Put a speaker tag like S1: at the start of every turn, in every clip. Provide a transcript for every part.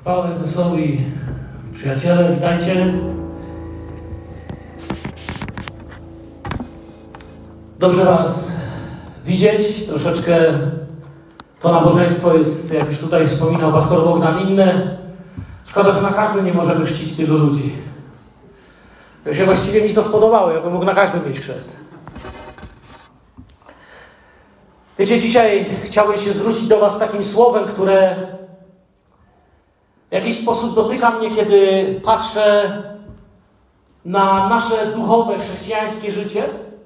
S1: Chwała Jezusowi, przyjaciele, witajcie. Dobrze Was widzieć. Troszeczkę to nabożeństwo jest, jak już tutaj wspominał pastor Bogdan, inne. Szkoda, że na każdym nie możemy chrzcić tylu ludzi. To się właściwie mi to spodobało, ja bym mógł na każdym mieć chrzest. Wiecie, dzisiaj chciałbym się zwrócić do Was takim słowem, które w jakiś sposób dotyka mnie, kiedy patrzę na nasze duchowe, chrześcijańskie życie.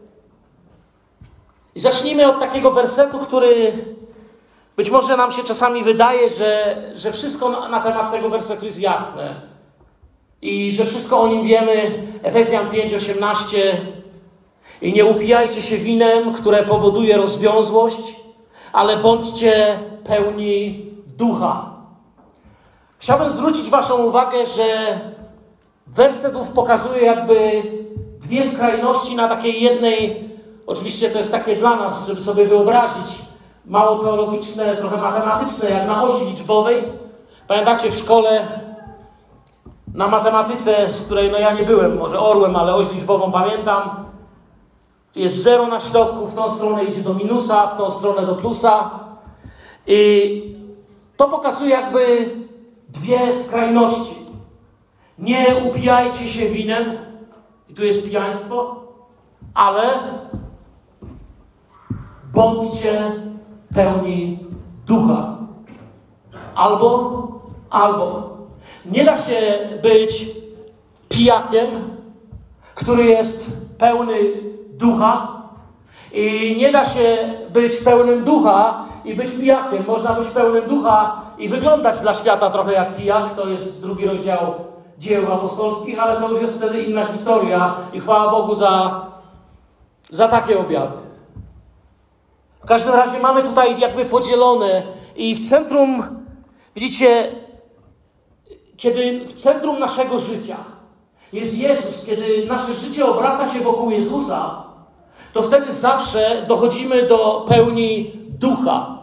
S1: I zacznijmy od takiego wersetu, który być może nam się czasami wydaje, że wszystko na temat tego wersetu jest jasne. I że wszystko o nim wiemy. Efezjan 5:18. I nie upijajcie się winem, które powoduje rozwiązłość, ale bądźcie pełni ducha. Chciałbym zwrócić Waszą uwagę, że werset ów pokazuje jakby dwie skrajności na takiej jednej, oczywiście to jest takie dla nas, żeby sobie wyobrazić, mało teologiczne, trochę matematyczne, jak na osi liczbowej. Pamiętacie w szkole na matematyce, z której ja nie byłem, może orłem, ale oś liczbową pamiętam, jest 0 na środku, w tą stronę idzie do minusa, w tą stronę do plusa. I to pokazuje jakby dwie skrajności. Nie upijajcie się winem, i tu jest pijaństwo, ale bądźcie pełni ducha. Albo. Nie da się być pijakiem, który jest pełny ducha, i nie da się być pełnym ducha i być pijakiem. Można być pełnym ducha i wyglądać dla świata trochę jak pijak. To jest 2 rozdział Dzieł Apostolskich, ale to już jest wtedy inna historia i chwała Bogu za takie objawy. W każdym razie mamy tutaj jakby podzielone i w centrum, widzicie, kiedy w centrum naszego życia jest Jezus, kiedy nasze życie obraca się wokół Jezusa, to wtedy zawsze dochodzimy do pełni ducha.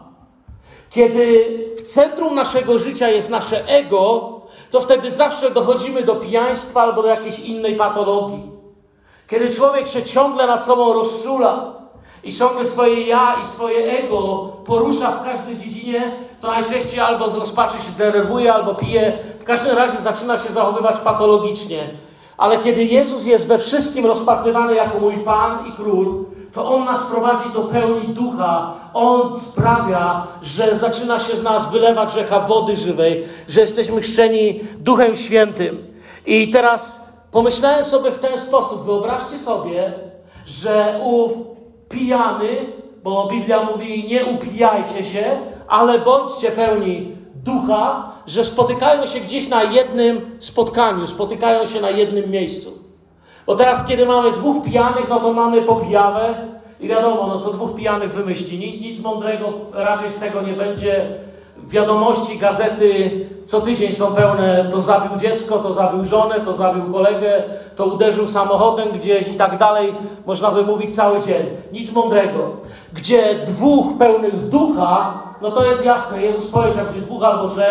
S1: Kiedy w centrum naszego życia jest nasze ego, to wtedy zawsze dochodzimy do pijaństwa albo do jakiejś innej patologii. Kiedy człowiek się ciągle nad sobą rozczula i ciągle swoje ja i swoje ego porusza w każdej dziedzinie, to najczęściej albo z rozpaczy się denerwuje, albo pije. W każdym razie zaczyna się zachowywać patologicznie. Ale kiedy Jezus jest we wszystkim rozpatrywany jako mój Pan i Król, to On nas prowadzi do pełni ducha. On sprawia, że zaczyna się z nas wylewać rzeka wody żywej, że jesteśmy chrzczeni Duchem Świętym. I teraz pomyślałem sobie w ten sposób, wyobraźcie sobie, że ów pijany, bo Biblia mówi nie upijajcie się, ale bądźcie pełni ducha, że spotykają się gdzieś na jednym spotkaniu, spotykają się na jednym miejscu. Bo teraz, kiedy mamy 2 pijanych, no to mamy popijawę i wiadomo, co 2 pijanych wymyśli. Nic mądrego raczej z tego nie będzie. Wiadomości, gazety co tydzień są pełne, to zabił dziecko, to zabił żonę, to zabił kolegę, to uderzył samochodem gdzieś i tak dalej. Można by mówić cały dzień. Nic mądrego. Gdzie 2 pełnych ducha, no to jest jasne. Jezus powiedział, gdzie 2 albo 3,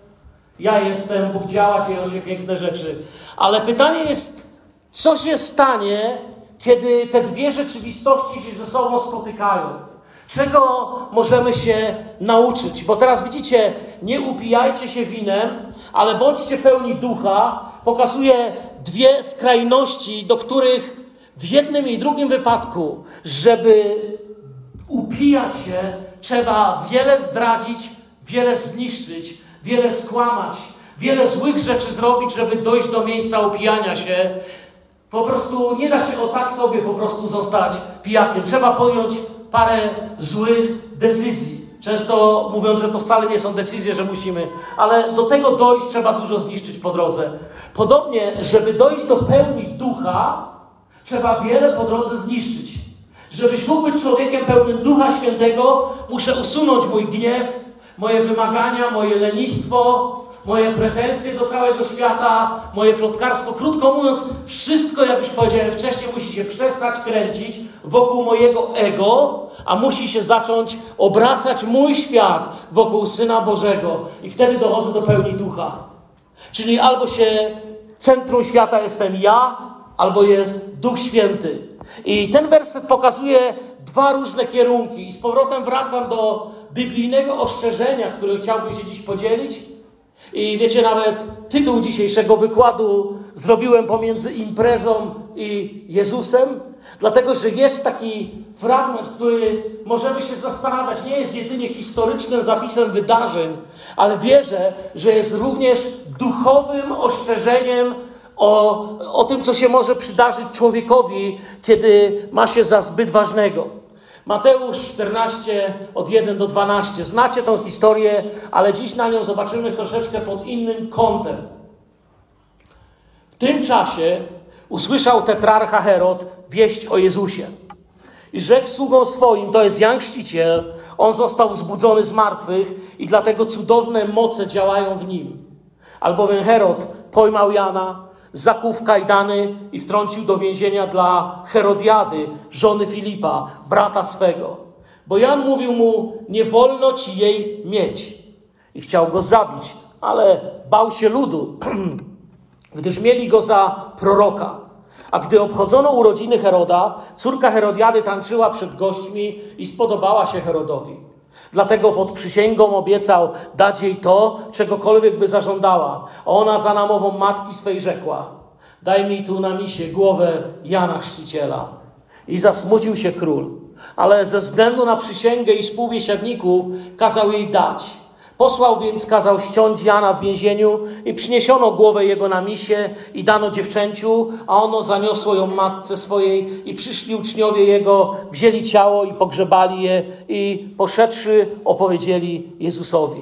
S1: ja jestem, Bóg działa, dzieją się piękne rzeczy. Ale pytanie jest, co się stanie, kiedy te 2 rzeczywistości się ze sobą spotykają? Czego możemy się nauczyć? Bo teraz widzicie, nie upijajcie się winem, ale bądźcie pełni ducha. Pokazuje 2 skrajności, do których w jednym i drugim wypadku, żeby upijać się, trzeba wiele zdradzić, wiele zniszczyć, wiele skłamać, wiele złych rzeczy zrobić, żeby dojść do miejsca upijania się. Po prostu nie da się o tak sobie po prostu zostać pijakiem. Trzeba podjąć parę złych decyzji. Często mówią, że to wcale nie są decyzje, że musimy, ale do tego dojść trzeba dużo zniszczyć po drodze. Podobnie, żeby dojść do pełni ducha, trzeba wiele po drodze zniszczyć. Żebyś mógł być człowiekiem pełnym Ducha Świętego, muszę usunąć mój gniew, moje wymagania, moje lenistwo, moje pretensje do całego świata, moje plotkarstwo. Krótko mówiąc, wszystko, jak już powiedziałem wcześniej, musi się przestać kręcić wokół mojego ego, a musi się zacząć obracać mój świat wokół Syna Bożego. I wtedy dochodzę do pełni ducha. Czyli albo się centrum świata jestem ja, albo jest Duch Święty. I ten werset pokazuje dwa różne kierunki. I z powrotem wracam do biblijnego ostrzeżenia, którym chciałbym się dziś podzielić. I wiecie, nawet tytuł dzisiejszego wykładu zrobiłem pomiędzy imprezą i Jezusem, dlatego że jest taki fragment, który możemy się zastanawiać, nie jest jedynie historycznym zapisem wydarzeń, ale wierzę, że jest również duchowym ostrzeżeniem o tym, co się może przydarzyć człowiekowi, kiedy ma się za zbyt ważnego. Mateusz 14, od 1 do 12. Znacie tą historię, ale dziś na nią zobaczymy troszeczkę pod innym kątem. W tym czasie usłyszał tetrarcha Herod wieść o Jezusie. I rzekł sługom swoim, to jest Jan Chrzciciel, on został wzbudzony z martwych i dlatego cudowne moce działają w nim. Albowiem Herod pojmał Jana, zakuł w kajdany i wtrącił do więzienia dla Herodiady, żony Filipa, brata swego. Bo Jan mówił mu, nie wolno ci jej mieć. I chciał go zabić, ale bał się ludu, gdyż mieli go za proroka. A gdy obchodzono urodziny Heroda, córka Herodiady tańczyła przed gośćmi i spodobała się Herodowi. Dlatego pod przysięgą obiecał dać jej to, czegokolwiek by zażądała. A ona za namową matki swej rzekła, daj mi tu na misie głowę Jana Chrzciciela. I zasmucił się król, ale ze względu na przysięgę i współbiesiadników kazał jej dać. Posłał więc, kazał ściąć Jana w więzieniu i przyniesiono głowę jego na misie i dano dziewczęciu, a ono zaniosło ją matce swojej i przyszli uczniowie jego, wzięli ciało i pogrzebali je i poszedłszy opowiedzieli Jezusowi.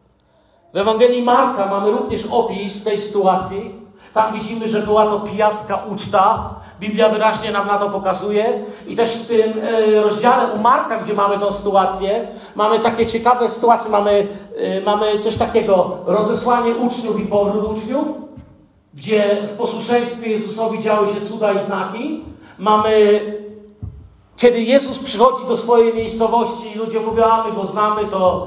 S1: W Ewangelii Marka mamy również opis tej sytuacji. Tam widzimy, że była to pijacka uczta. Biblia wyraźnie nam na to pokazuje. I też w tym rozdziale u Marka, gdzie mamy tę sytuację, mamy takie ciekawe sytuacje. Mamy coś takiego, rozesłanie uczniów i powrót uczniów, gdzie w posłuszeństwie Jezusowi działy się cuda i znaki. Mamy, kiedy Jezus przychodzi do swojej miejscowości i ludzie mówią, a my go znamy, to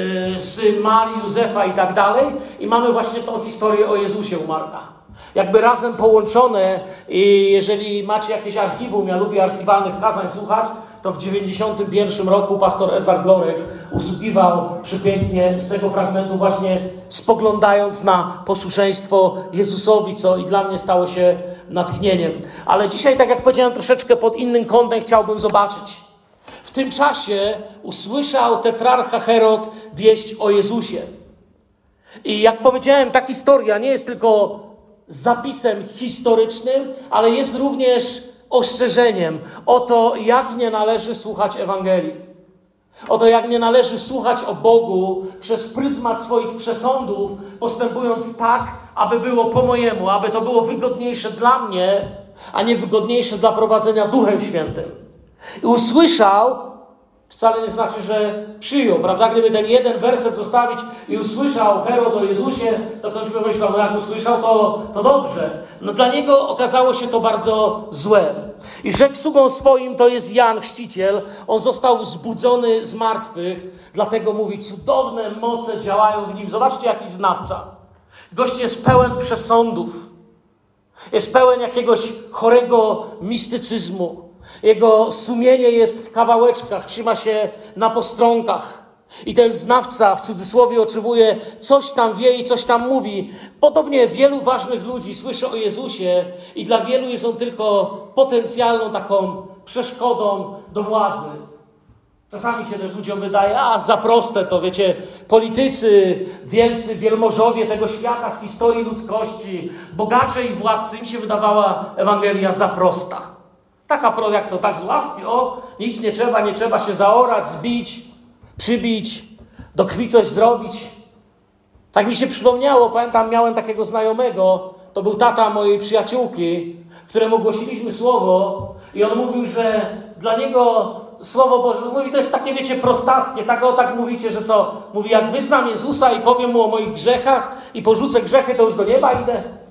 S1: syn Marii, Józefa i tak dalej. I mamy właśnie tą historię o Jezusie u Marka. Jakby razem połączone i jeżeli macie jakieś archiwum, ja lubię archiwalnych kazań słuchać, to w 1991 roku pastor Edward Lorek usługiwał przepięknie z tego fragmentu właśnie spoglądając na posłuszeństwo Jezusowi, co i dla mnie stało się natchnieniem. Ale dzisiaj, tak jak powiedziałem, troszeczkę pod innym kątem chciałbym zobaczyć. W tym czasie usłyszał tetrarcha Herod wieść o Jezusie. I jak powiedziałem, ta historia nie jest tylko zapisem historycznym, ale jest również ostrzeżeniem o to, jak nie należy słuchać Ewangelii. O to, jak nie należy słuchać o Bogu przez pryzmat swoich przesądów, postępując tak, aby było po mojemu, aby to było wygodniejsze dla mnie, a nie wygodniejsze dla prowadzenia Duchem Świętym. I usłyszał, wcale nie znaczy, że przyjął, prawda? Gdyby ten jeden werset zostawić i usłyszał Herod o Jezusie, to ktoś by myślał, no jak usłyszał, to dobrze. No dla niego okazało się to bardzo złe. I rzekł sługom swoim, to jest Jan Chrzciciel, on został wzbudzony z martwych, dlatego mówi, cudowne moce działają w nim. Zobaczcie, jaki znawca. Gość jest pełen przesądów. Jest pełen jakiegoś chorego mistycyzmu. Jego sumienie jest w kawałeczkach, trzyma się na postrónkach. I ten znawca, w cudzysłowie otrzymuje, coś tam wie i coś tam mówi. Podobnie wielu ważnych ludzi słyszy o Jezusie i dla wielu jest on tylko potencjalną taką przeszkodą do władzy. Czasami się też ludziom wydaje, za proste to, wiecie, politycy, wielcy wielmożowie tego świata, w historii ludzkości, bogacze i władcy, im się wydawała Ewangelia za prosta. Taka, jak to tak z łaski, nic nie trzeba się zaorać, zbić, przybić, do krwi coś zrobić. Tak mi się przypomniało, pamiętam, miałem takiego znajomego, to był tata mojej przyjaciółki, któremu głosiliśmy słowo i on mówił, że dla niego Słowo Boże, mówi, to jest takie, wiecie, prostackie, tak mówicie, że co? Mówi, jak wyznam Jezusa i powiem Mu o moich grzechach i porzucę grzechy, to już do nieba idę.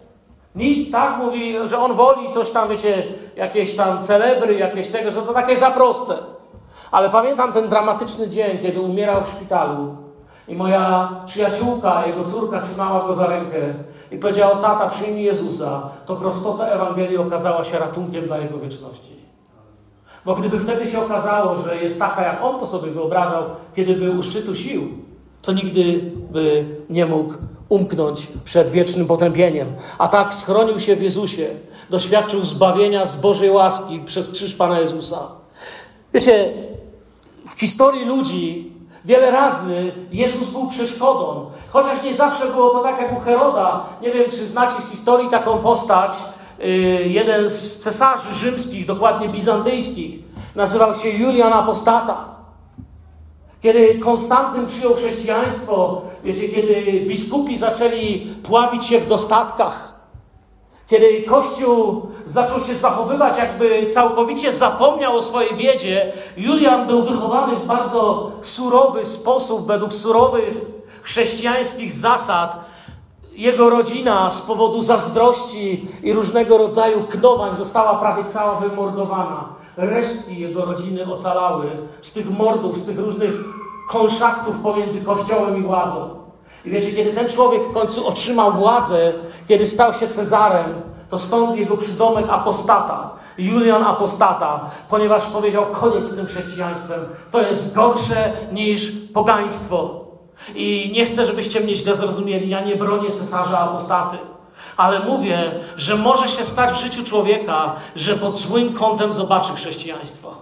S1: Nic, tak? Mówi, że on woli coś tam, wiecie, jakieś tam celebry, jakieś tego, że to takie za proste. Ale pamiętam ten dramatyczny dzień, kiedy umierał w szpitalu i moja przyjaciółka, jego córka trzymała go za rękę i powiedziała: tata, przyjmij Jezusa. To prostota Ewangelii okazała się ratunkiem dla jego wieczności. Bo gdyby wtedy się okazało, że jest taka, jak on to sobie wyobrażał, kiedy był u szczytu sił, to nigdy by nie mógł umknąć przed wiecznym potępieniem. A tak schronił się w Jezusie, doświadczył zbawienia z Bożej łaski przez krzyż Pana Jezusa. Wiecie, w historii ludzi wiele razy Jezus był przeszkodą. Chociaż nie zawsze było to tak jak u Heroda. Nie wiem, czy znacie z historii taką postać. Jeden z cesarzy rzymskich, dokładnie bizantyjskich, nazywał się Julian Apostata. Kiedy Konstantyn przyjął chrześcijaństwo, wiecie, kiedy biskupi zaczęli pławić się w dostatkach, kiedy Kościół zaczął się zachowywać, jakby całkowicie zapomniał o swojej biedzie, Julian był wychowany w bardzo surowy sposób, według surowych chrześcijańskich zasad. Jego rodzina z powodu zazdrości i różnego rodzaju knowań została prawie cała wymordowana. Resztki jego rodziny ocalały z tych mordów, z tych różnych konszachtów pomiędzy Kościołem i władzą. I wiecie, kiedy ten człowiek w końcu otrzymał władzę, kiedy stał się Cezarem, to stąd jego przydomek Apostata, Julian Apostata, ponieważ powiedział: koniec z tym chrześcijaństwem, to jest gorsze niż pogaństwo. I nie chcę, żebyście mnie źle zrozumieli, ja nie bronię cesarza Apostaty, ale mówię, że może się stać w życiu człowieka, że pod złym kątem zobaczy chrześcijaństwo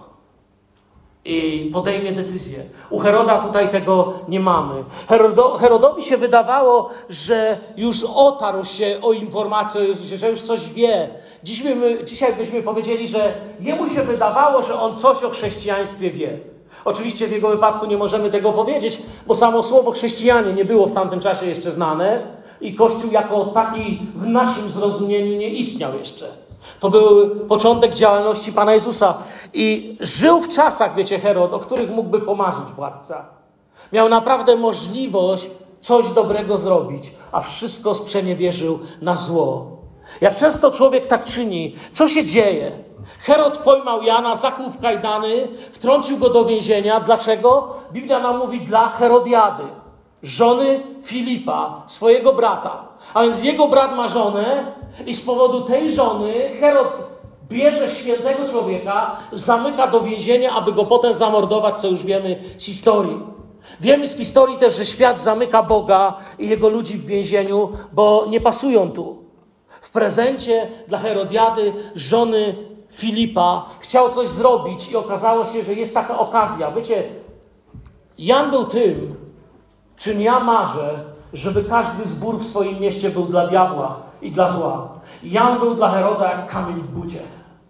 S1: i podejmie decyzję. U Heroda tutaj tego nie mamy. Herodowi się wydawało, że już otarł się o informację o Jezusie, że już coś wie. Dzisiaj byśmy powiedzieli, że jemu się wydawało, że on coś o chrześcijaństwie wie. Oczywiście w jego wypadku nie możemy tego powiedzieć, bo samo słowo chrześcijanie nie było w tamtym czasie jeszcze znane i Kościół jako taki w naszym zrozumieniu nie istniał jeszcze. To był początek działalności Pana Jezusa i żył w czasach, wiecie, Herod, o których mógłby pomarzyć władca. Miał naprawdę możliwość coś dobrego zrobić, a wszystko sprzeniewierzył na zło. Jak często człowiek tak czyni, co się dzieje? Herod pojmał Jana, zakuł w kajdany, wtrącił go do więzienia. Dlaczego? Biblia nam mówi: dla Herodiady, żony Filipa, swojego brata. A więc jego brat ma żonę i z powodu tej żony Herod bierze świętego człowieka, zamyka do więzienia, aby go potem zamordować, co już wiemy z historii. Wiemy z historii też, że świat zamyka Boga i jego ludzi w więzieniu, bo nie pasują tu. W prezencie dla Herodiady, żony Filipa, chciał coś zrobić i okazało się, że jest taka okazja. Wiecie, Jan był tym, czym ja marzę, żeby każdy zbór w swoim mieście był dla diabła i dla zła. Jan był dla Heroda jak kamień w bucie.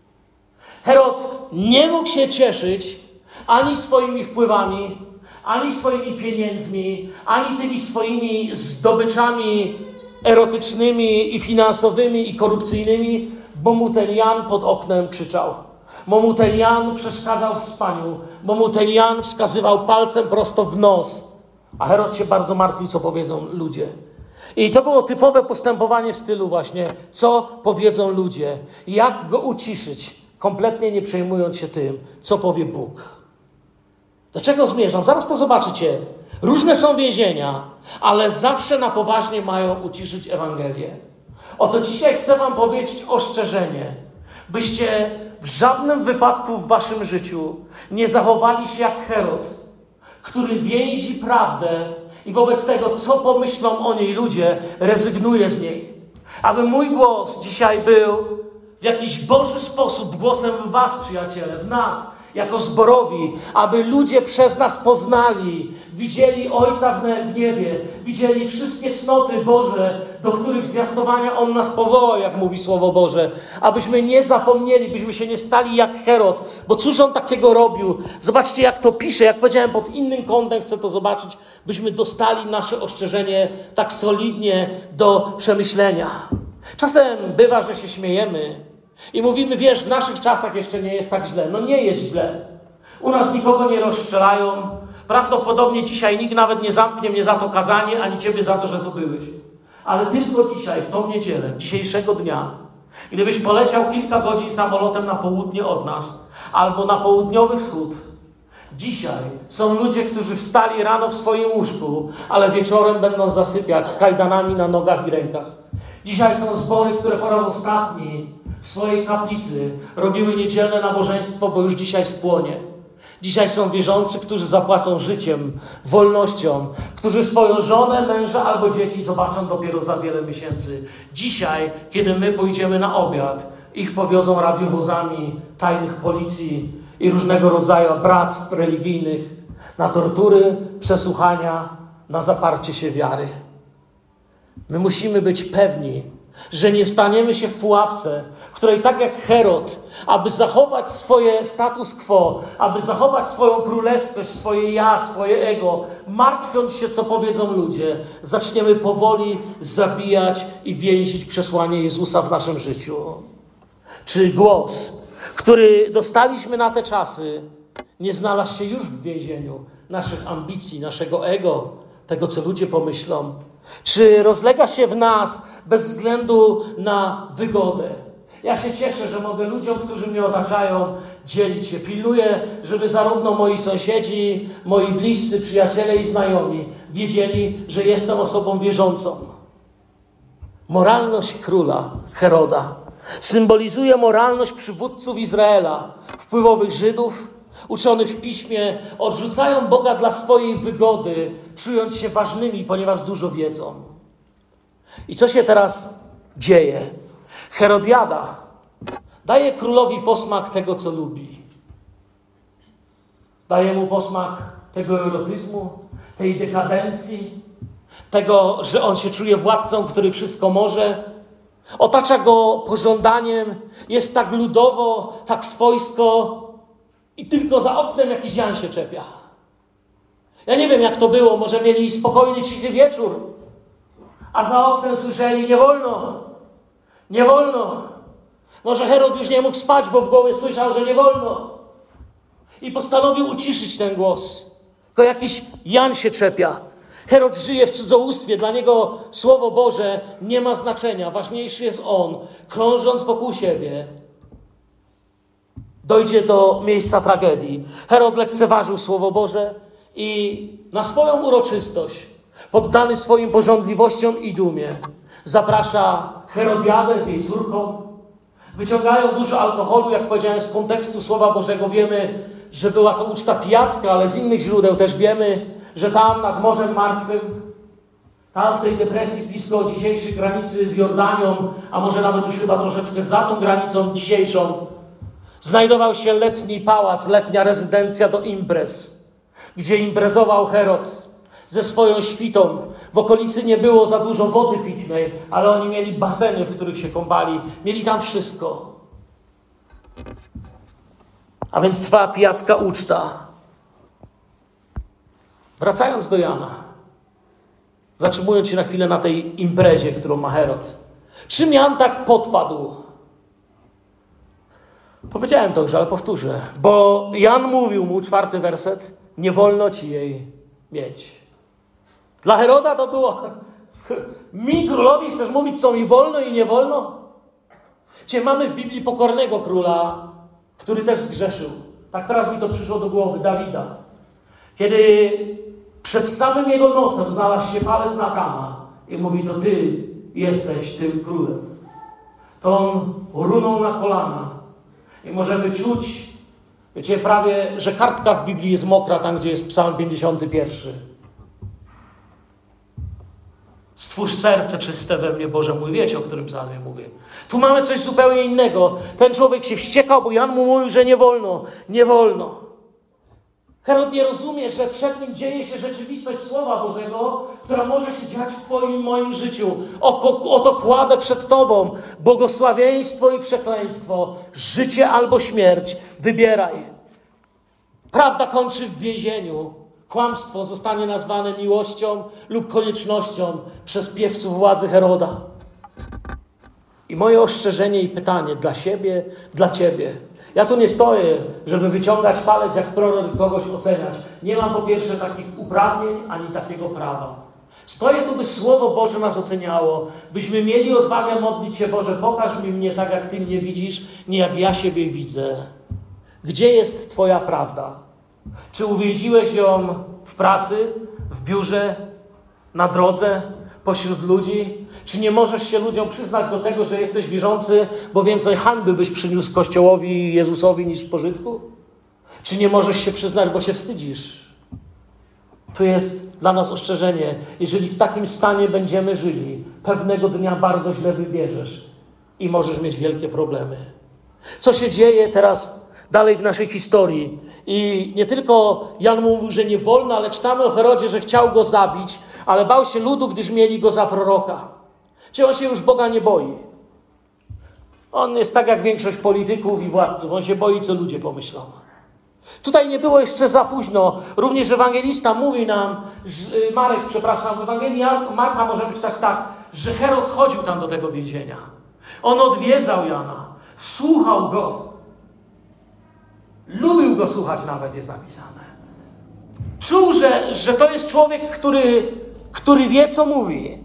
S1: Herod nie mógł się cieszyć ani swoimi wpływami, ani swoimi pieniędzmi, ani tymi swoimi zdobyczami erotycznymi i finansowymi i korupcyjnymi, bo mu ten Jan pod oknem krzyczał. Bo mu ten Jan przeszkadzał w spaniu. Bo mu ten Jan wskazywał palcem prosto w nos. A Herod się bardzo martwił, co powiedzą ludzie. I to było typowe postępowanie w stylu właśnie, co powiedzą ludzie. Jak go uciszyć, kompletnie nie przejmując się tym, co powie Bóg. Do czego zmierzam? Zaraz to zobaczycie. Różne są więzienia, ale zawsze na poważnie mają uciszyć Ewangelię. Oto dzisiaj chcę wam powiedzieć ostrzeżenie, byście w żadnym wypadku w waszym życiu nie zachowali się jak Herod, który więzi prawdę i wobec tego, co pomyślą o niej ludzie, rezygnuje z niej. Aby mój głos dzisiaj był w jakiś Boży sposób głosem w was, przyjaciele, w nas, jako zborowi, aby ludzie przez nas poznali, widzieli Ojca w niebie, widzieli wszystkie cnoty Boże, do których zwiastowania On nas powoła, jak mówi Słowo Boże. Abyśmy nie zapomnieli, byśmy się nie stali jak Herod, bo cóż on takiego robił? Zobaczcie, jak to pisze, jak powiedziałem, pod innym kątem chcę to zobaczyć, byśmy dostali nasze ostrzeżenie tak solidnie do przemyślenia. Czasem bywa, że się śmiejemy i mówimy, wiesz, w naszych czasach jeszcze nie jest tak źle. No nie jest źle. U nas nikogo nie rozstrzelają. Prawdopodobnie dzisiaj nikt nawet nie zamknie mnie za to kazanie, ani ciebie za to, że tu byłeś. Ale tylko dzisiaj, w tą niedzielę, dzisiejszego dnia, gdybyś poleciał kilka godzin samolotem na południe od nas, albo na południowy wschód, dzisiaj są ludzie, którzy wstali rano w swoim łóżku, ale wieczorem będą zasypiać z kajdanami na nogach i rękach. Dzisiaj są zbory, które po raz ostatni w swojej kaplicy robiły niedzielne nabożeństwo, bo już dzisiaj spłonie. Dzisiaj są wierzący, którzy zapłacą życiem, wolnością, którzy swoją żonę, męża albo dzieci zobaczą dopiero za wiele miesięcy. Dzisiaj, kiedy my pójdziemy na obiad, ich powiozą radiowozami tajnych policji i różnego rodzaju bractw religijnych na tortury, przesłuchania, na zaparcie się wiary. My musimy być pewni, że nie staniemy się w pułapce, w której tak jak Herod, aby zachować swoje status quo, aby zachować swoją królewskość, swoje ja, swoje ego, martwiąc się, co powiedzą ludzie, zaczniemy powoli zabijać i więzić przesłanie Jezusa w naszym życiu. Czy głos, który dostaliśmy na te czasy, nie znalazł się już w więzieniu naszych ambicji, naszego ego, tego, co ludzie pomyślą? Czy rozlega się w nas bez względu na wygodę? Ja się cieszę, że mogę ludziom, którzy mnie otaczają, dzielić się. Pilnuję, żeby zarówno moi sąsiedzi, moi bliscy, przyjaciele i znajomi wiedzieli, że jestem osobą wierzącą. Moralność króla Heroda symbolizuje moralność przywódców Izraela, wpływowych Żydów, uczonych w piśmie, odrzucają Boga dla swojej wygody, czując się ważnymi, ponieważ dużo wiedzą. I co się teraz dzieje? Herodiada daje królowi posmak tego, co lubi. Daje mu posmak tego erotyzmu, tej dekadencji, tego, że on się czuje władcą, który wszystko może. Otacza go pożądaniem, jest tak ludowo, tak swojsko i tylko za oknem jakiś Jan się czepia. Ja nie wiem, jak to było, może mieli spokojny, cichy wieczór, a za oknem słyszeli: nie wolno, nie wolno. Może Herod już nie mógł spać, bo w głowie słyszał, że nie wolno. I postanowił uciszyć ten głos. Tylko jakiś Jan się czepia. Herod żyje w cudzołóstwie, dla niego Słowo Boże nie ma znaczenia. Ważniejszy jest on, krążąc wokół siebie. Dojdzie do miejsca tragedii. Herod lekceważył Słowo Boże i na swoją uroczystość, poddany swoim pożądliwościom i dumie, zaprasza Herodiadę z jej córką. Wyciągają dużo alkoholu, jak powiedziałem, z kontekstu Słowa Bożego wiemy, że była to uczta pijacka, ale z innych źródeł też wiemy, że tam nad Morzem Martwym, tam w tej depresji blisko dzisiejszej granicy z Jordanią, a może nawet już chyba troszeczkę za tą granicą dzisiejszą, znajdował się letni pałac, letnia rezydencja do imprez, gdzie imprezował Herod ze swoją świtą. W okolicy nie było za dużo wody pitnej, ale oni mieli baseny, w których się kąpali. Mieli tam wszystko. A więc trwa pijacka uczta. Wracając do Jana, zatrzymując się na chwilę na tej imprezie, którą ma Herod. Czym Jan tak podpadł? Powiedziałem to już, ale powtórzę. Bo Jan mówił mu, 4 werset, nie wolno ci jej mieć. Dla Heroda to było: mi, królowi, chcesz mówić, co mi wolno i nie wolno? Cię mamy w Biblii pokornego króla, który też zgrzeszył. Tak teraz mi to przyszło do głowy, Dawida. Kiedy przed samym jego nosem znalazł się palec Natana i mówi: to ty jesteś tym królem. To on runął na kolana i możemy czuć, wiecie, prawie, że kartka w Biblii jest mokra tam, gdzie jest Psalm 51. Stwórz serce czyste we mnie, Boże mój. Wiecie, o którym psalmie mówię. Tu mamy coś zupełnie innego. Ten człowiek się wściekał, bo Jan mu mówił, że nie wolno. Nie wolno. Herod nie rozumie, że przed nim dzieje się rzeczywistość Słowa Bożego, która może się dziać w twoim, moim życiu. Oto kładę przed tobą błogosławieństwo i przekleństwo, życie albo śmierć. Wybieraj. Prawda kończy w więzieniu. Kłamstwo zostanie nazwane miłością lub koniecznością przez piewców władzy Heroda. I moje ostrzeżenie i pytanie dla siebie, dla ciebie. Ja tu nie stoję, żeby wyciągać palec jak prorok i kogoś oceniać. Nie mam po pierwsze takich uprawnień, ani takiego prawa. Stoję tu, by Słowo Boże nas oceniało, byśmy mieli odwagę modlić się: Boże, pokaż mi mnie tak, jak Ty mnie widzisz, nie jak ja siebie widzę. Gdzie jest Twoja prawda? Czy uwięziłeś ją w pracy, w biurze, na drodze, pośród ludzi? Czy nie możesz się ludziom przyznać do tego, że jesteś wierzący, bo więcej hańby byś przyniósł Kościołowi i Jezusowi niż pożytku? Czy nie możesz się przyznać, bo się wstydzisz? Tu jest dla nas ostrzeżenie. Jeżeli w takim stanie będziemy żyli, pewnego dnia bardzo źle wybierzesz i możesz mieć wielkie problemy. Co się dzieje teraz dalej w naszej historii? I nie tylko Jan mówił, że nie wolno, ale czytamy o Herodzie, że chciał go zabić, ale bał się ludu, gdyż mieli go za proroka. Czy on się już Boga nie boi? On jest tak jak większość polityków i władców. On się boi, co ludzie pomyślą. Tutaj nie było jeszcze za późno. Również ewangelista mówi nam, w Ewangelii Marka możemy czytać tak, że Herod chodził tam do tego więzienia. On odwiedzał Jana, słuchał go. Lubił go słuchać, nawet jest napisane. Czuł, że to jest człowiek, który wie, co mówi.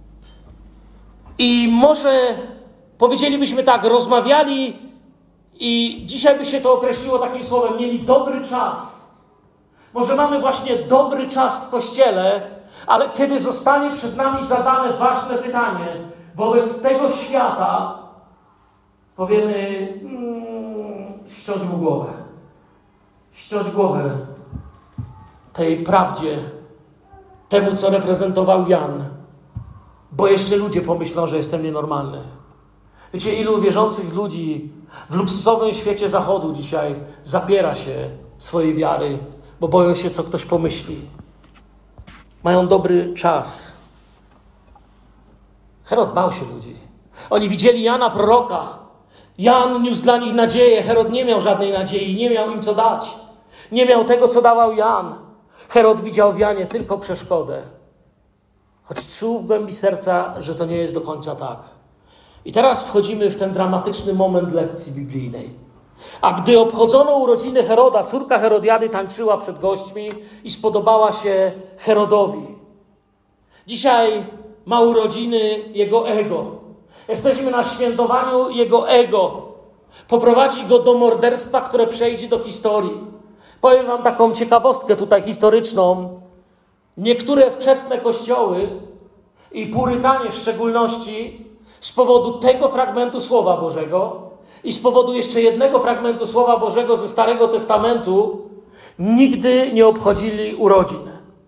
S1: I może powiedzielibyśmy tak, rozmawiali i dzisiaj by się to określiło takim słowem: mieli dobry czas. Może mamy właśnie dobry czas w Kościele, ale kiedy zostanie przed nami zadane ważne pytanie wobec tego świata, powiemy: ściąć mu głowę. Ściąć głowę tej prawdzie, temu, co reprezentował Jan, bo jeszcze ludzie pomyślą, że jestem nienormalny. Wiecie, ilu wierzących ludzi w luksusowym świecie Zachodu dzisiaj zapiera się swojej wiary, bo boją się, co ktoś pomyśli. Mają dobry czas. Herod bał się ludzi. Oni widzieli Jana proroka. Jan niósł dla nich nadzieję. Herod nie miał żadnej nadziei, nie miał im co dać. Nie miał tego, co dawał Jan. Herod widział w Janie tylko przeszkodę. Choć czuł w głębi serca, że to nie jest do końca tak. I teraz wchodzimy w ten dramatyczny moment lekcji biblijnej. A gdy obchodzono urodziny Heroda, córka Herodiady tańczyła przed gośćmi i spodobała się Herodowi. Dzisiaj ma urodziny jego ego. Jesteśmy na świętowaniu jego ego. Poprowadzi go do morderstwa, które przejdzie do historii. Powiem wam taką ciekawostkę tutaj historyczną. Niektóre wczesne kościoły i purytanie w szczególności z powodu tego fragmentu Słowa Bożego i z powodu jeszcze jednego fragmentu Słowa Bożego ze Starego Testamentu nigdy nie obchodzili urodzin.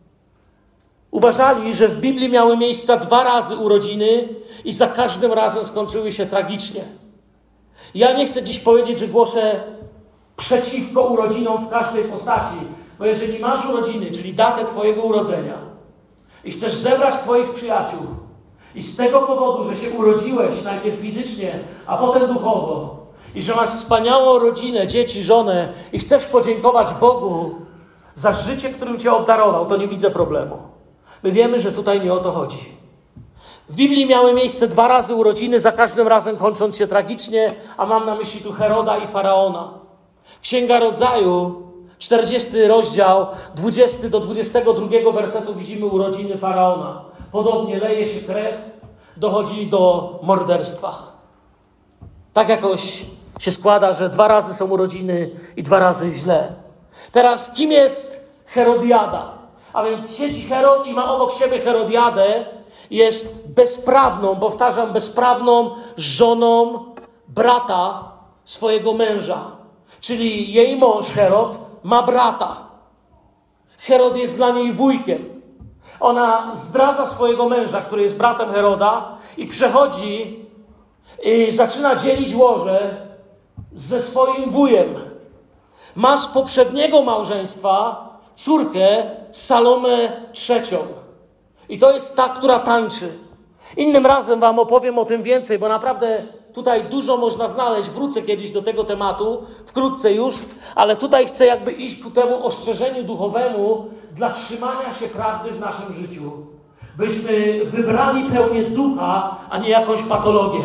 S1: Uważali, że w Biblii miały miejsce 2 razy urodziny i za każdym razem skończyły się tragicznie. Ja nie chcę dziś powiedzieć, że głoszę przeciwko urodzinom w każdej postaci, bo jeżeli masz urodziny, czyli datę twojego urodzenia i chcesz zebrać twoich przyjaciół i z tego powodu, że się urodziłeś najpierw fizycznie, a potem duchowo i że masz wspaniałą rodzinę, dzieci, żonę i chcesz podziękować Bogu za życie, którym cię obdarował, to nie widzę problemu. My wiemy, że tutaj nie o to chodzi. W Biblii miały miejsce 2 razy urodziny, za każdym razem kończąc się tragicznie, a mam na myśli tu Heroda i Faraona. Księga Rodzaju, 40 rozdział, 20 do 22 wersetu widzimy urodziny Faraona. Podobnie leje się krew, dochodzi do morderstwa. Tak jakoś się składa, że 2 razy są urodziny i 2 razy źle. Teraz kim jest Herodiada? A więc siedzi Herod i ma obok siebie Herodiadę. Jest bezprawną, powtarzam, bezprawną żoną brata swojego męża. Czyli jej mąż Herod ma brata. Herod jest dla niej wujkiem. Ona zdradza swojego męża, który jest bratem Heroda i przechodzi i zaczyna dzielić łoże ze swoim wujem. Ma z poprzedniego małżeństwa córkę Salomę III. I to jest ta, która tańczy. Innym razem wam opowiem o tym więcej, bo naprawdę tutaj dużo można znaleźć. Wrócę kiedyś do tego tematu, wkrótce już, ale tutaj chcę jakby iść ku temu ostrzeżeniu duchowemu dla trzymania się prawdy w naszym życiu. Byśmy wybrali pełnię ducha, a nie jakąś patologię.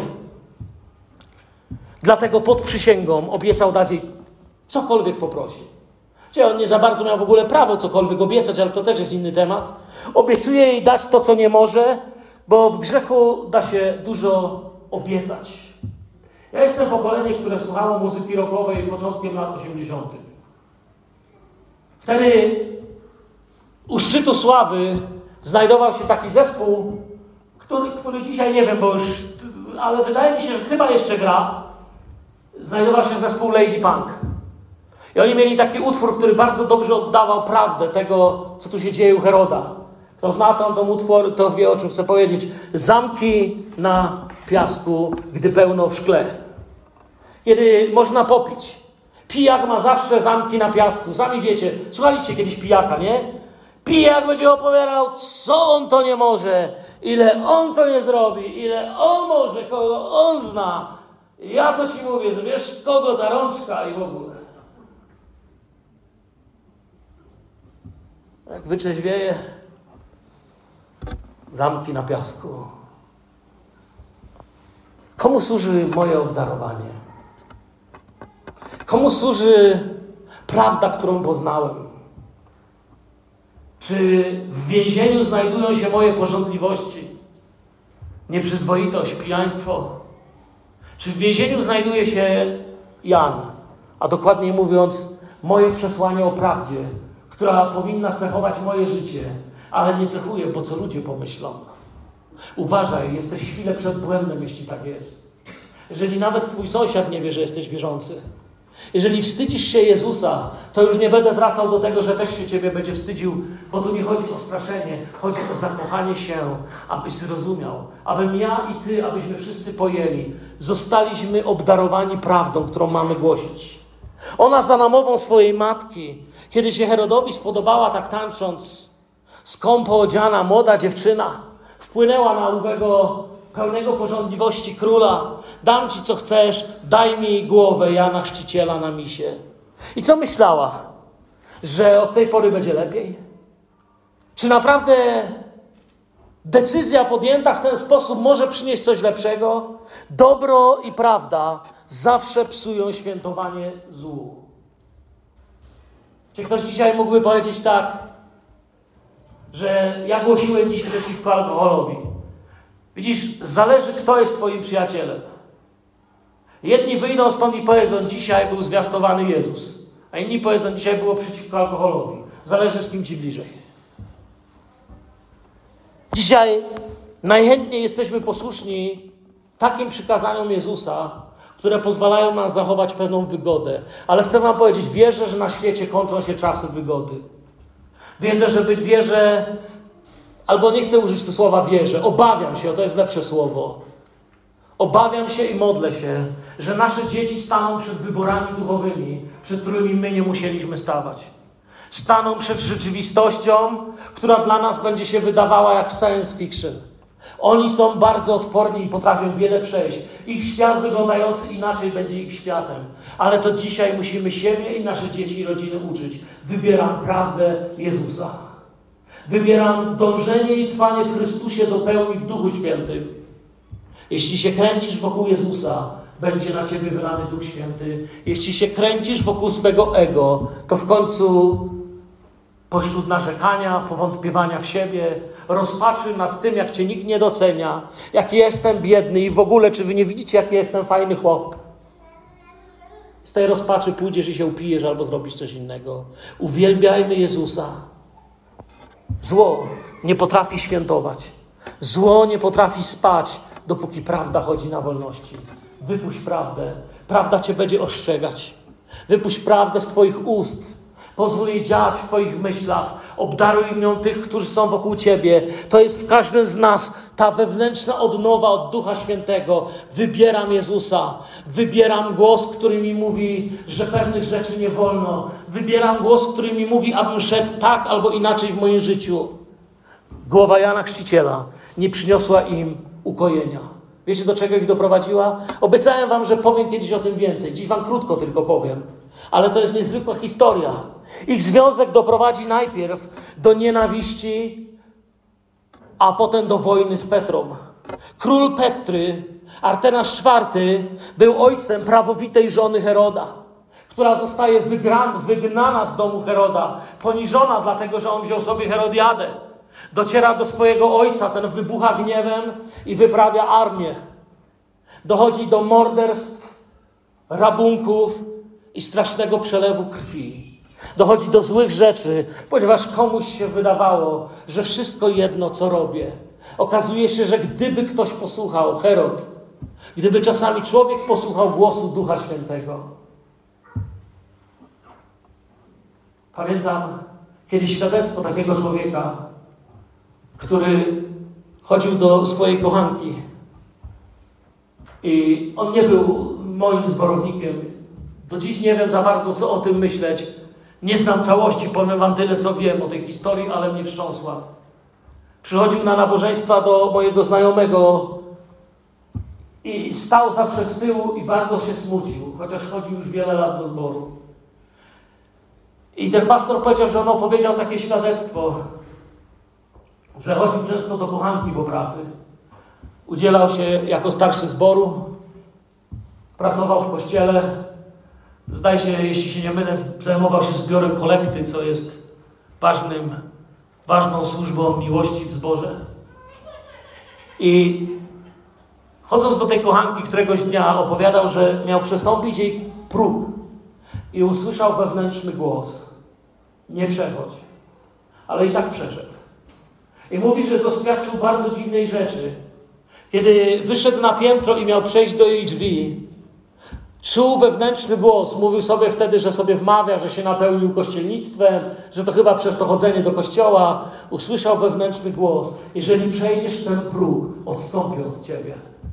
S1: Dlatego pod przysięgą obiecał dać jej cokolwiek poprosi. Gdzie on nie za bardzo miał w ogóle prawo cokolwiek obiecać, ale to też jest inny temat. Obiecuje jej dać to, co nie może, bo w grzechu da się dużo obiecać. Ja jestem pokolenie, które słuchało muzyki rockowej początkiem lat 80. Wtedy u szczytu sławy znajdował się taki zespół, który dzisiaj nie wiem, bo już, ale wydaje mi się, że chyba jeszcze gra. Znajdował się zespół Lady Punk. I oni mieli taki utwór, który bardzo dobrze oddawał prawdę tego, co tu się dzieje u Heroda. Kto zna ten utwór, to wie, o czym chcę powiedzieć. Zamki na piasku, gdy pełno w szkle. Kiedy można popić. Pijak ma zawsze zamki na piasku. Sami wiecie, słuchaliście kiedyś pijaka, nie? Pijak będzie opowiadał, co on to nie może, ile on to nie zrobi, ile on może, kogo on zna. Ja to ci mówię, że wiesz, kogo ta rączka i w ogóle. Jak wyczeźwieje, zamki na piasku. Komu służy moje obdarowanie? Komu służy prawda, którą poznałem? Czy w więzieniu znajdują się moje pożądliwości? Nieprzyzwoitość, pijaństwo? Czy w więzieniu znajduje się Jan, a dokładniej mówiąc, moje przesłanie o prawdzie, która powinna cechować moje życie, ale nie cechuje, bo co ludzie pomyślą? Uważaj, jesteś chwilę przed błędem, jeśli tak jest. Jeżeli nawet twój sąsiad nie wie, że jesteś wierzący. Jeżeli wstydzisz się Jezusa, to już nie będę wracał do tego, że też się ciebie będzie wstydził, bo tu nie chodzi o straszenie, chodzi o zakochanie się, abyś zrozumiał, abym ja i ty, abyśmy wszyscy pojęli. Zostaliśmy obdarowani prawdą, którą mamy głosić. Ona za namową swojej matki, kiedy się Herodowi spodobała tak tańcząc, skąpo odziana młoda dziewczyna, wpłynęła na owego pełnego pożądliwości króla. Dam ci, co chcesz, daj mi głowę Jana Chrzciciela na misie. I co myślała? Że od tej pory będzie lepiej? Czy naprawdę decyzja podjęta w ten sposób może przynieść coś lepszego? Dobro i prawda zawsze psują świętowanie złu. Czy ktoś dzisiaj mógłby powiedzieć tak, że ja głosiłem dziś przeciwko alkoholowi? Widzisz, zależy, kto jest twoim przyjacielem. Jedni wyjdą stąd i powiedzą, dzisiaj był zwiastowany Jezus. A inni powiedzą, dzisiaj było przeciwko alkoholowi. Zależy, z kim ci bliżej. Dzisiaj najchętniej jesteśmy posłuszni takim przykazaniom Jezusa, które pozwalają nam zachować pewną wygodę. Ale chcę wam powiedzieć, wierzę, że na świecie kończą się czasy wygody. Wierzę, albo nie chcę użyć tu słowa wierzę, obawiam się, to jest lepsze słowo. Obawiam się i modlę się, że nasze dzieci staną przed wyborami duchowymi, przed którymi my nie musieliśmy stawać. Staną przed rzeczywistością, która dla nas będzie się wydawała jak science fiction. Oni są bardzo odporni i potrafią wiele przejść. Ich świat wyglądający inaczej będzie ich światem. Ale to dzisiaj musimy siebie i nasze dzieci i rodziny uczyć. Wybieram prawdę Jezusa. Wybieram dążenie i trwanie w Chrystusie do pełni w Duchu Świętym. Jeśli się kręcisz wokół Jezusa, będzie na ciebie wylany Duch Święty. Jeśli się kręcisz wokół swego ego, to w końcu pośród narzekania, powątpiewania w siebie, rozpaczy nad tym, jak cię nikt nie docenia, jaki jestem biedny i w ogóle, czy wy nie widzicie, jaki jestem fajny chłop. Z tej rozpaczy pójdziesz i się upijesz albo zrobisz coś innego. Uwielbiajmy Jezusa. Zło nie potrafi świętować. Zło nie potrafi spać, dopóki prawda chodzi na wolności. Wypuść prawdę. Prawda cię będzie ostrzegać. Wypuść prawdę z twoich ust. Pozwól jej działać w twoich myślach. Obdaruj nią tych, którzy są wokół ciebie. To jest w każdym z nas ta wewnętrzna odnowa od Ducha Świętego. Wybieram Jezusa. Wybieram głos, który mi mówi, że pewnych rzeczy nie wolno. Wybieram głos, który mi mówi, abym szedł tak albo inaczej w moim życiu. Głowa Jana Chrzciciela nie przyniosła im ukojenia. Wiecie, do czego ich doprowadziła? Obiecałem wam, że powiem kiedyś o tym więcej. Dziś wam krótko tylko powiem. Ale to jest niezwykła historia. Ich związek doprowadzi najpierw do nienawiści, a potem do wojny z Petrą. Król Petry, Artenasz IV, był ojcem prawowitej żony Heroda, która zostaje wygnana z domu Heroda, poniżona dlatego, że on wziął sobie Herodiadę. Dociera do swojego ojca, ten wybucha gniewem i wyprawia armię. Dochodzi do morderstw, rabunków i strasznego przelewu krwi. Dochodzi do złych rzeczy, ponieważ komuś się wydawało, że wszystko jedno, co robię. Okazuje się, że gdyby ktoś posłuchał, Herod, gdyby czasami człowiek posłuchał głosu Ducha Świętego. Pamiętam kiedyś świadectwo takiego człowieka, który chodził do swojej kochanki i on nie był moim zborownikiem. Do dziś nie wiem za bardzo, co o tym myśleć. Nie znam całości, powiem wam tyle, co wiem o tej historii, ale mnie wstrząsła. Przychodził na nabożeństwa do mojego znajomego i stał zawsze z tyłu i bardzo się smucił, chociaż chodził już wiele lat do zboru. I ten pastor powiedział, że on opowiedział takie świadectwo, że chodził często do kochanki po pracy. Udzielał się jako starszy zboru, pracował w kościele. Zdaje się, jeśli się nie mylę, zajmował się zbiorem kolekty, co jest ważną służbą miłości w zborze. I chodząc do tej kochanki któregoś dnia opowiadał, że miał przestąpić jej próg i usłyszał wewnętrzny głos. Nie przechodź. Ale i tak przeszedł. I mówi, że doświadczył bardzo dziwnej rzeczy. Kiedy wyszedł na piętro i miał przejść do jej drzwi, czuł wewnętrzny głos. Mówił sobie wtedy, że sobie wmawia, że się napełnił kościelnictwem, że to chyba przez to chodzenie do kościoła. Usłyszał wewnętrzny głos. Jeżeli przejdziesz ten próg, odstąpię od ciebie.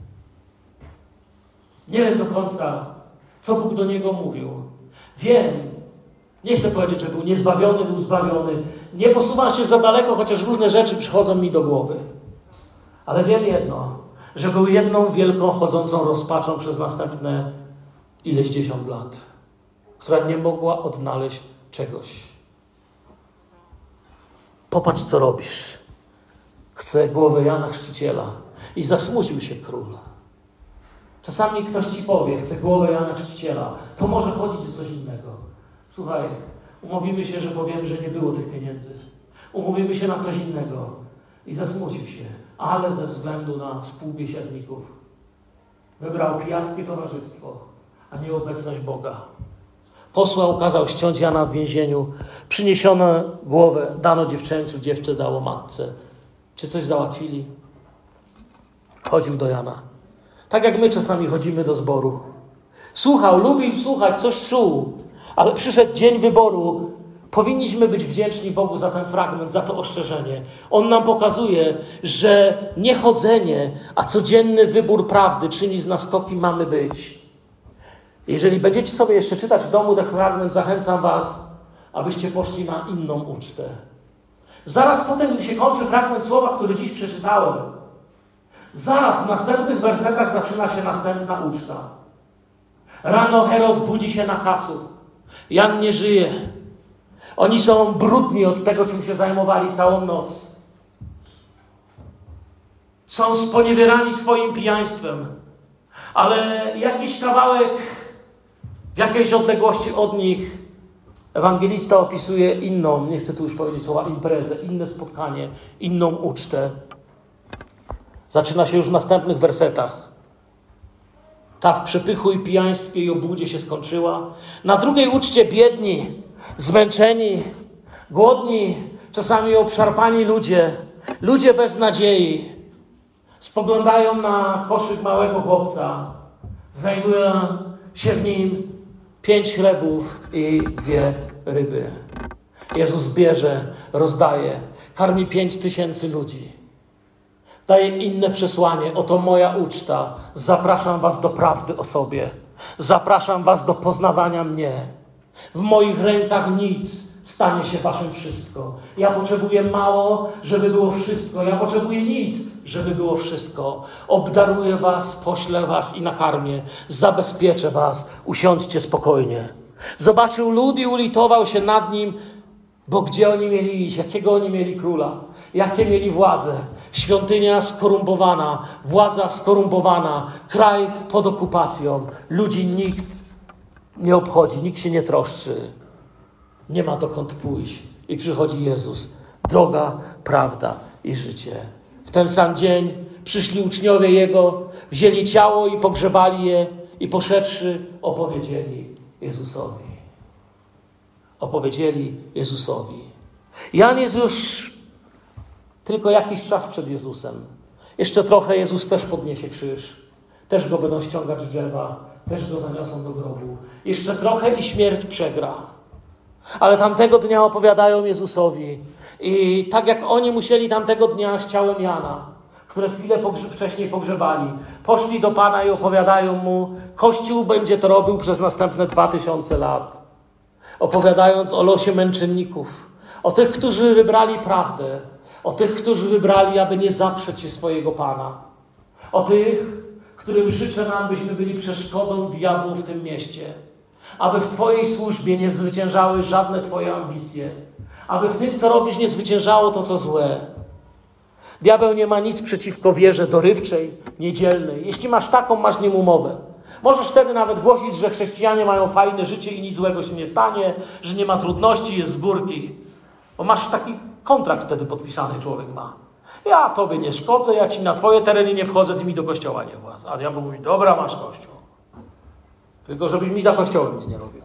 S1: Nie wiem do końca, co Bóg do niego mówił. Wiem, nie chcę powiedzieć, że był niezbawiony, był zbawiony. Nie posuwam się za daleko, chociaż różne rzeczy przychodzą mi do głowy. Ale wiem jedno, że był jedną wielką, chodzącą rozpaczą przez następne ileś dziesiąt lat, która nie mogła odnaleźć czegoś. Popatrz, co robisz. Chcę głowę Jana Chrzciciela. I zasmucił się król. Czasami ktoś ci powie, chcę głowę Jana Chrzciciela. To może chodzić o coś innego. Słuchaj, umówimy się, że powiemy, że nie było tych pieniędzy. Umówimy się na coś innego. I zasmucił się. Ale ze względu na współbiesiadników wybrał pijackie towarzystwo, a nie obecność Boga. Posłał, kazał ściąć Jana w więzieniu. Przyniesiono głowę, dano dziewczęciu, dziewczę dało matce. Czy coś załatwili? Chodził do Jana. Tak jak my czasami chodzimy do zboru. Słuchał, lubił słuchać, coś czuł. Ale przyszedł dzień wyboru. Powinniśmy być wdzięczni Bogu za ten fragment, za to ostrzeżenie. On nam pokazuje, że nie chodzenie, a codzienny wybór prawdy czyni z nas to, kim mamy być. Jeżeli będziecie sobie jeszcze czytać w domu ten fragment, zachęcam was, abyście poszli na inną ucztę. Zaraz potem, gdy się kończy fragment słowa, który dziś przeczytałem, zaraz w następnych wersetach zaczyna się następna uczta. Rano Herod budzi się na kacu. Jan nie żyje. Oni są brudni od tego, czym się zajmowali całą noc. Są sponiewierani swoim pijaństwem. Ale jakiś kawałek w jakiejś odległości od nich ewangelista opisuje inną, nie chcę tu już powiedzieć słowa imprezę, inne spotkanie, inną ucztę. Zaczyna się już w następnych wersetach. Ta w przepychu i pijaństwie i obłudzie się skończyła. Na drugiej uczcie biedni, zmęczeni, głodni, czasami obszarpani ludzie bez nadziei, spoglądają na koszyk małego chłopca. Znajduje się w nim 5 chlebów i 2 ryby. Jezus bierze, rozdaje, karmi 5000 ludzi. Daje inne przesłanie. Oto moja uczta. Zapraszam was do prawdy o sobie. Zapraszam was do poznawania mnie. W moich rękach nic, stanie się waszym wszystko. Ja potrzebuję mało, żeby było wszystko. Ja potrzebuję nic, żeby było wszystko. Obdaruję was, poślę was i nakarmię. Zabezpieczę was. Usiądźcie spokojnie. Zobaczył lud i ulitował się nad nim, bo gdzie oni mieli iść? Jakiego oni mieli króla? Jakie mieli władzę? Świątynia skorumpowana, władza skorumpowana, kraj pod okupacją. Ludzi nikt nie obchodzi, nikt się nie troszczy. Nie ma dokąd pójść. I przychodzi Jezus. Droga, prawda i życie. W ten sam dzień przyszli uczniowie Jego, wzięli ciało i pogrzebali je i poszedłszy opowiedzieli Jezusowi. Opowiedzieli Jezusowi. Jan jest już tylko jakiś czas przed Jezusem. Jeszcze trochę Jezus też podniesie krzyż. Też go będą ściągać z drzewa. Też go zaniosą do grobu. Jeszcze trochę i śmierć przegra. Ale tamtego dnia opowiadają Jezusowi. I tak jak oni musieli tamtego dnia z ciałem Jana, które chwilę wcześniej pogrzebali, poszli do Pana i opowiadają Mu, Kościół będzie to robił przez następne 2000 lat. Opowiadając o losie męczenników, o tych, którzy wybrali prawdę, o tych, którzy wybrali, aby nie zaprzeć się swojego Pana, o tych, którym życzę nam, byśmy byli przeszkodą diabłu w tym mieście, aby w Twojej służbie nie zwyciężały żadne Twoje ambicje, aby w tym, co robisz, nie zwyciężało to, co złe. Diabeł nie ma nic przeciwko wierze dorywczej, niedzielnej. Jeśli masz taką, masz z nim umowę. Możesz wtedy nawet głosić, że chrześcijanie mają fajne życie i nic złego się nie stanie, że nie ma trudności, jest z górki. Bo masz taki kontrakt wtedy podpisany, człowiek ma. Ja Tobie nie szkodzę, ja Ci na Twoje tereny nie wchodzę, Ty mi do kościoła nie właz. A diabeł mówi, dobra, masz kościół. Tylko żebyś mi za kościołem nic nie robił.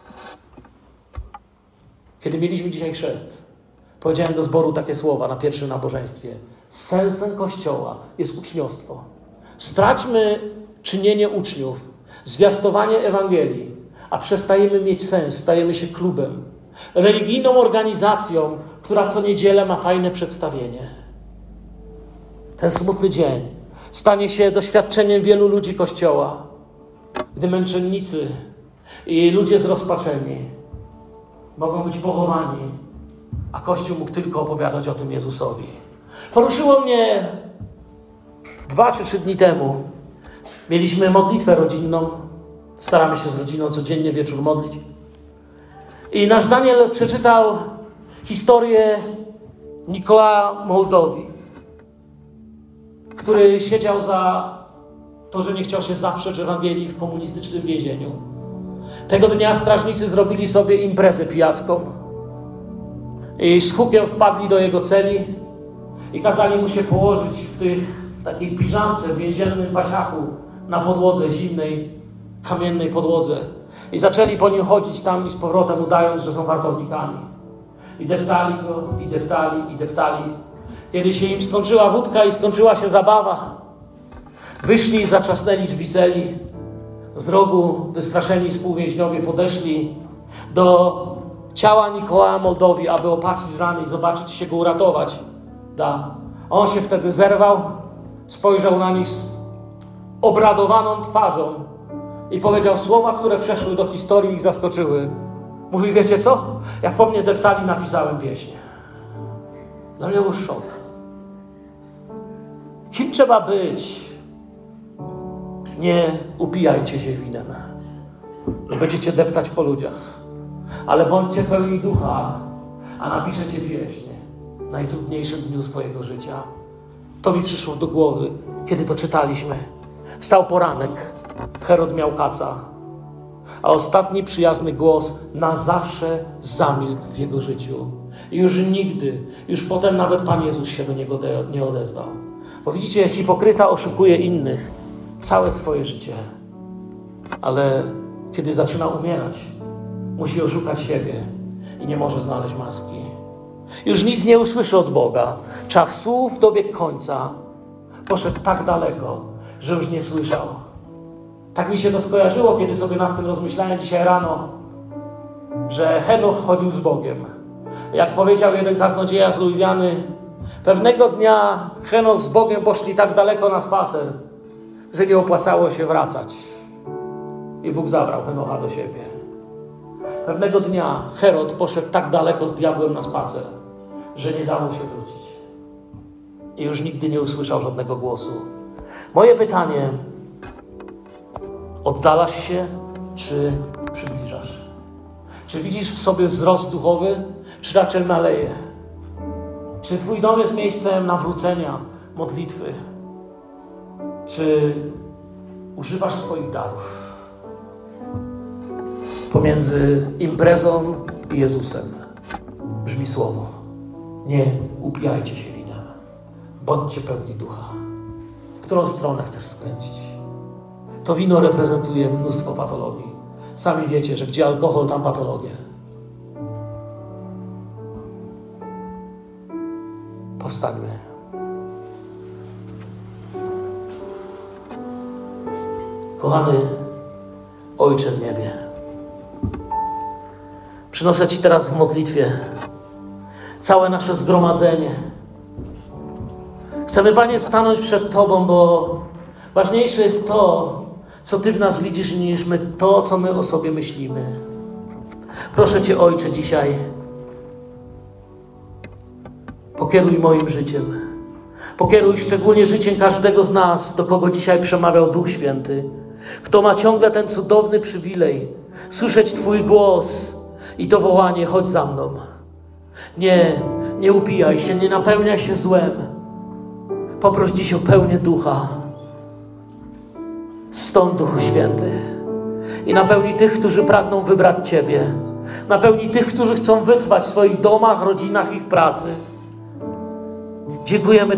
S1: Kiedy mieliśmy dzisiaj chrzest, powiedziałem do zboru takie słowa na pierwszym nabożeństwie. Sensem Kościoła jest uczniostwo. Straćmy czynienie uczniów, zwiastowanie Ewangelii, a przestajemy mieć sens, stajemy się klubem, religijną organizacją, która co niedzielę ma fajne przedstawienie. Ten smutny dzień stanie się doświadczeniem wielu ludzi Kościoła, gdy męczennicy i ludzie zrozpaczeni mogą być pochowani, a Kościół mógł tylko opowiadać o tym Jezusowi. Poruszyło mnie 2 czy 3 dni temu. Mieliśmy modlitwę rodzinną. Staramy się z rodziną codziennie wieczór modlić. I nasz Daniel przeczytał historię Nicolas Moldowi, który siedział za to, że nie chciał się zaprzeć Ewangelii w komunistycznym więzieniu. Tego dnia strażnicy zrobili sobie imprezę pijacką i z hukiem wpadli do jego celi i kazali mu się położyć w takiej piżamce, w więziennym pasiaku na podłodze zimnej, kamiennej podłodze. I zaczęli po nim chodzić tam i z powrotem, udając, że są wartownikami. I deptali go, i deptali, i deptali. Kiedy się im skończyła wódka i skończyła się zabawa, wyszli i zatrzasnęli drzwi celi. Z rogu wystraszeni współwięźniowie podeszli do ciała Nicolasa Moldowi, aby opatrzyć rany i zobaczyć, czy się go uratować da. On się wtedy zerwał, spojrzał na nich z obradowaną twarzą i powiedział słowa, które przeszły do historii i ich zaskoczyły. Mówi, wiecie co? Jak po mnie deptali, napisałem pieśń. Dla mnie był szok. Kim trzeba być? Nie upijajcie się winem. Będziecie deptać po ludziach. Ale bądźcie pełni ducha, a napiszecie pieśń w najtrudniejszym dniu swojego życia. To mi przyszło do głowy, kiedy to czytaliśmy. Wstał poranek, Herod miał kaca, a ostatni przyjazny głos na zawsze zamilkł w jego życiu. I już nigdy, już potem nawet Pan Jezus się do niego nie odezwał. Bo widzicie, hipokryta oszukuje innych całe swoje życie. Ale kiedy zaczyna umierać, musi oszukać siebie i nie może znaleźć maski. Już nic nie usłyszy od Boga. Czas słów dobiegł końca. Poszedł tak daleko, że już nie słyszał. Tak mi się to skojarzyło, kiedy sobie nad tym rozmyślałem dzisiaj rano, że Henoch chodził z Bogiem. Jak powiedział jeden kaznodzieja z Luizjany, pewnego dnia Henoch z Bogiem poszli tak daleko na spacer, że nie opłacało się wracać. I Bóg zabrał Henocha do siebie. Pewnego dnia Herod poszedł tak daleko z diabłem na spacer, że nie dało się wrócić. I już nigdy nie usłyszał żadnego głosu. Moje pytanie, oddalasz się, czy przybliżasz? Czy widzisz w sobie wzrost duchowy, czy raczej maleje? Czy Twój dom jest miejscem nawrócenia, modlitwy? Czy używasz swoich darów? pomiędzy imprezą i Jezusem brzmi słowo: nie upijajcie się winem, bądźcie pełni ducha. W którą stronę chcesz skręcić? To wino reprezentuje mnóstwo patologii. Sami wiecie, że gdzie alkohol, tam patologie. Powstańmy. Kochany Ojcze w niebie, przynoszę Ci teraz w modlitwie całe nasze zgromadzenie. Chcemy, Panie, stanąć przed Tobą, bo ważniejsze jest to, co Ty w nas widzisz, niż to, co my o sobie myślimy. Proszę Cię, Ojcze, dzisiaj pokieruj moim życiem. Pokieruj szczególnie życiem każdego z nas, do kogo dzisiaj przemawiał Duch Święty. Kto ma ciągle ten cudowny przywilej słyszeć Twój głos i to wołanie: chodź za mną. Nie upijaj się, nie napełniaj się złem. Poproś dziś o pełnię Ducha. Stąd, Duchu Święty. I napełnij tych, którzy pragną wybrać Ciebie. Napełnij tych, którzy chcą wytrwać w swoich domach, rodzinach i w pracy. Dziękujemy